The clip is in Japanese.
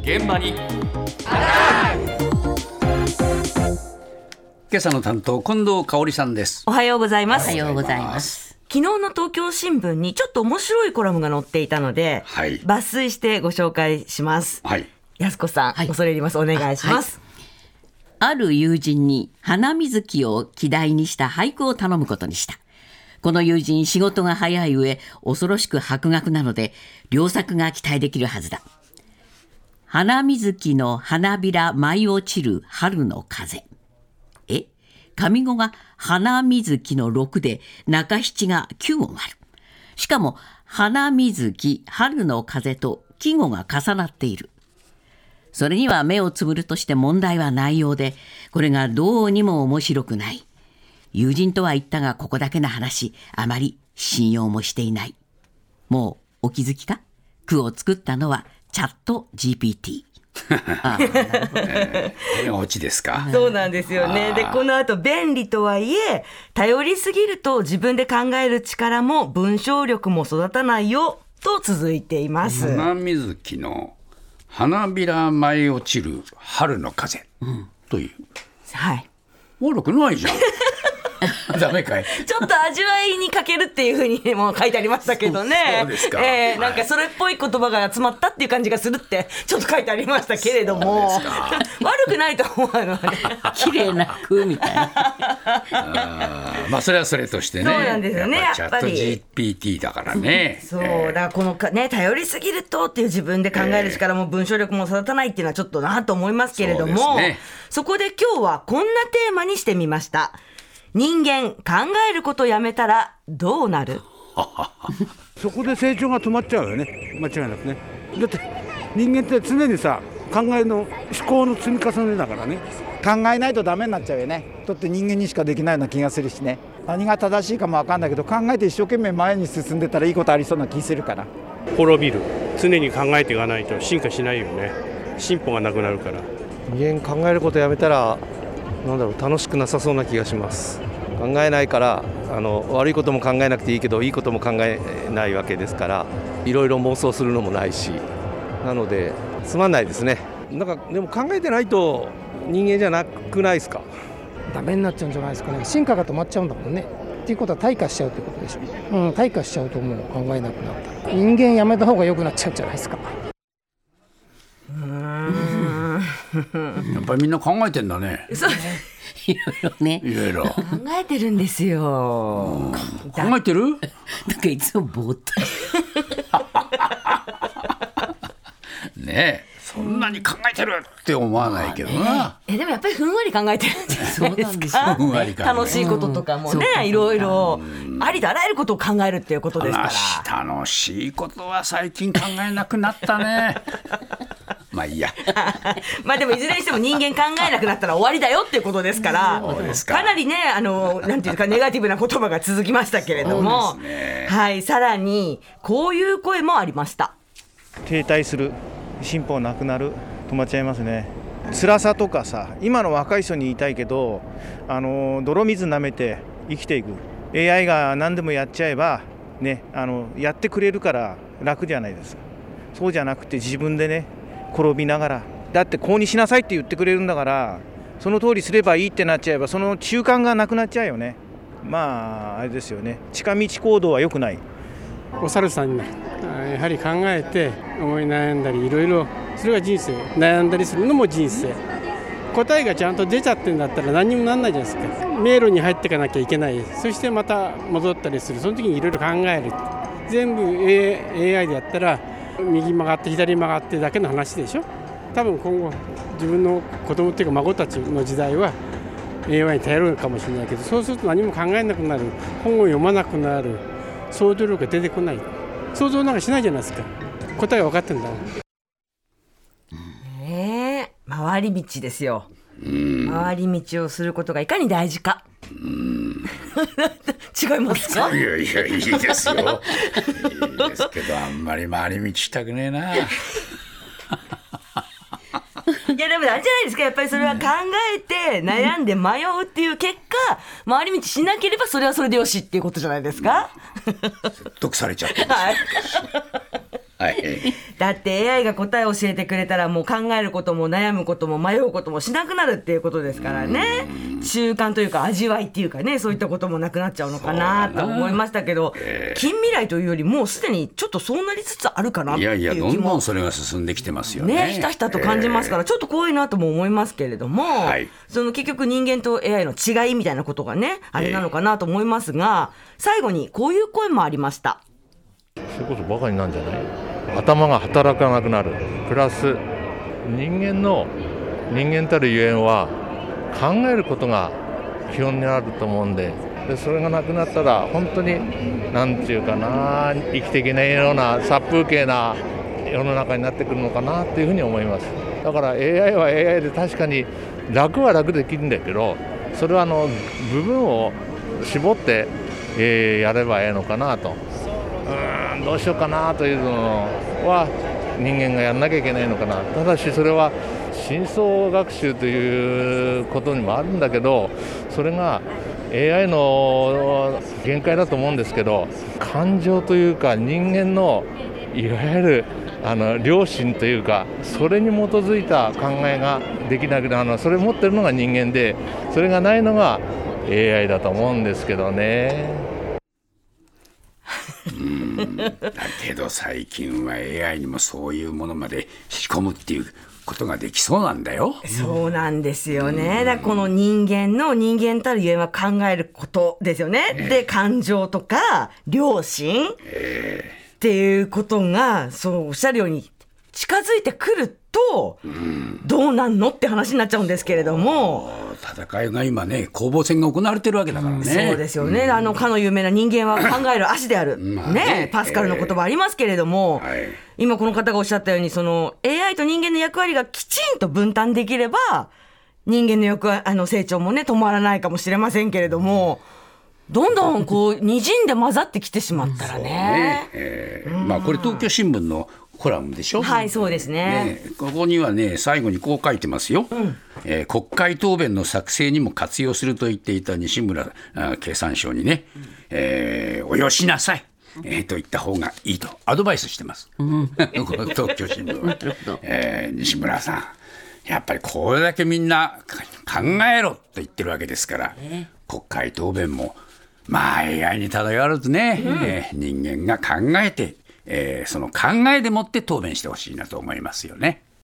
現場に今朝の担当近藤香織さんです。 おはようございます。 おはようございます。 昨日の東京新聞にちょっと面白いコラムが載っていたので、 はい、 抜粋してご紹介します。 はい、 安子さん、 はい、 恐れ入ります。お願いします。 ある友人に花水木を季題にした俳句を頼むことにした。この友人、仕事が早い上恐ろしく博学なので良作が期待できるはずだ。花水木の花びら舞い落ちる春の風。上五が花水木の6で中七が9音ある。しかも花水木、春の風と季語が重なっている。それには目をつぶるとして問題は内容で、これがどうにも面白くない。友人とは言ったがここだけの話、あまり信用もしていない。もうお気づきか？句を作ったのはチャット GPT。 これがオチですか？ そうなんですよね。で、この後便利とはいえ頼りすぎると自分で考える力も文章力も育たないよと続いています。 花水木の花びら舞い落ちる春の風、という、 はい、 悪くないじゃん。ダメかい。 ちょっと味わいに欠けるっていう風にも書いてありましたけどね。 そうですか。 なんかそれっぽい言葉が集まったっていう感じがするってちょっと書いてありましたけれども、悪くないと思うのね。 綺麗な句みたいな。 まあそれはそれとしてね。 そうなんですよね。 チャット GPT だからね。 そうだからこのね、頼りすぎるとっていう自分で考える力も文章力も育たないっていうのはちょっとなと思いますけれども、 そこで今日はこんなテーマにしてみました。人間考えることやめたらどうなる？ そこで成長が止まっちゃうよね。間違いなくね。だって人間って常にさ、考えの思考の積み重ねだからね。 考えないとダメになっちゃうよね。だって人間にしかできないような気がするしね。何が正しいかも分かんないけど、考えて一生懸命前に進んでたらいいことありそうな気するから。 滅びる。常に考えていかないと進化しないよね。進歩がなくなるから。 人間考えることやめたら楽しくなさそうな気がします。考えないから悪いことも考えなくていいけどいいことも考えないわけですから、いろいろ妄想するのもないし、なのでつまんないですね。なんかでも考えてないと人間じゃなくないですか？ ダメになっちゃうんじゃないですかね。進化が止まっちゃうんだもんね。っていうことは退化しちゃうってことでしょ。退化しちゃうと思う。考えなくなったら人間やめた方が良くなっちゃうんじゃないですか。 やっぱりみんな考えてんだね。 そういろいろね。 いろいろ考えてるんですよ。 考えてる？ なんかいつもぼーっとねえ、そんなに考えてるって思わないけどな。 でもやっぱりふんわり考えてるんじゃないですか。 ふんわり考え楽しいこととかもね、いろいろありとあらゆることを考えるっていうことですから。 楽しいことは最近考えなくなったね。まあいいや。 まあでもいずれにしても人間考えなくなったら終わりだよっていうことですから、かなりね、なんていうかネガティブな言葉が続きましたけれども、はい、さらにこういう声もありました。 停滞する、進歩なくなる、止まっちゃいますね。辛さとかさ、今の若い人に言いたいけど、泥水舐めて生きていく AI が何でもやっちゃえばね、やってくれるから楽じゃないですか。そうじゃなくて自分でね、転びながら、だってこうにしなさいって言ってくれるんだから、その通りすればいいってなっちゃえば、その中間がなくなっちゃうよね。まああれですよね、近道行動は良くない。 お猿さんになる。やはり考えて思い悩んだり、いろいろそれが人生。悩んだりするのも人生。答えがちゃんと出ちゃってんだったら何にもなんないじゃないですか。迷路に入っていかなきゃいけない。そしてまた戻ったりする。その時にいろいろ考える。全部 AI でやったら右曲がって左曲がってだけの話でしょ。多分今後自分の子供っていうか孫たちの時代は AI に頼るかもしれないけど、そうすると何も考えなくなる、本を読まなくなる、想像力が出てこない、想像なんかしないじゃないですか。答えが分かってんだもん。 回り道ですよ。回り道をすることがいかに大事か。違いますか？ いやいや、いいですよ。いいですけど、あんまり回り道したくねえな。 いやでもあれじゃないですか、やっぱりそれは考えて悩んで迷うっていう結果、回り道しなければそれはそれでよしっていうことじゃないですか。 説得されちゃった。 はい。 はい。 はい、 だって AI が答えを教えてくれたらもう考えることも悩むことも迷うこともしなくなるっていうことですからね。習慣というか味わいっていうかね、そういったこともなくなっちゃうのかなと思いましたけど、近未来というよりもうすでにちょっとそうなりつつあるかなっていう気も、 いやいや、どんどんそれが進んできてますよね。 ひたひたと感じますから、ちょっと怖いなとも思いますけれども、はい、その結局人間と AI の違いみたいなことがね、あれなのかなと思いますが、最後にこういう声もありました。 それこそバカになるんじゃない？頭が働かなくなる。プラス人間たるゆえんは考えることが基本になると思うんで、それがなくなったら本当になんていうかな、生きていけないような殺風景な世の中になってくるのかなっていうふうに思います。だから AI は AI で確かに楽は楽できるんだけど、それは部分を絞って、やればいいのかなと。どうしようかなというのは人間がやんなきゃいけないのかな。ただしそれは深層学習ということにもあるんだけど、それが AI の限界だと思うんですけど、感情というか人間のいわゆる良心というか、それに基づいた考えができなくなる、それを持ってるのが人間で、それがないのが AI だと思うんですけどね。 だけど最近は AI にもそういうものまで仕込むっていうことができそうなんだよ。 そうなんですよね。だからこの人間たるゆえんは考えることですよね。で、感情とか良心、っていうことがそうおっしゃるように近づいてくると、どうなんのって話になっちゃうんですけれども、 戦いが今ね、攻防戦が行われてるわけだからね。 そうですよね。かの有名な人間は考える足である、ね、パスカルの言葉ありますけれども、今この方がおっしゃったように、その AI と人間の役割がきちんと分担できれば、人間の成長もね止まらないかもしれませんけれども、どんどんこう滲んで混ざってきてしまったらね。 これ東京新聞のコラムでしょ。 はい、そうですね。 ここにはね、最後にこう書いてますよ。国会答弁の作成にも活用すると言っていた西村経産省にね、およしなさい、と言った方がいいとアドバイスしてます。東京新聞は、西村さん、やっぱりこれだけみんな考えろと言ってるわけですから、国会答弁もAI に漂わずね、人間が考えて、その考えでもって答弁してほしいなと思いますよね。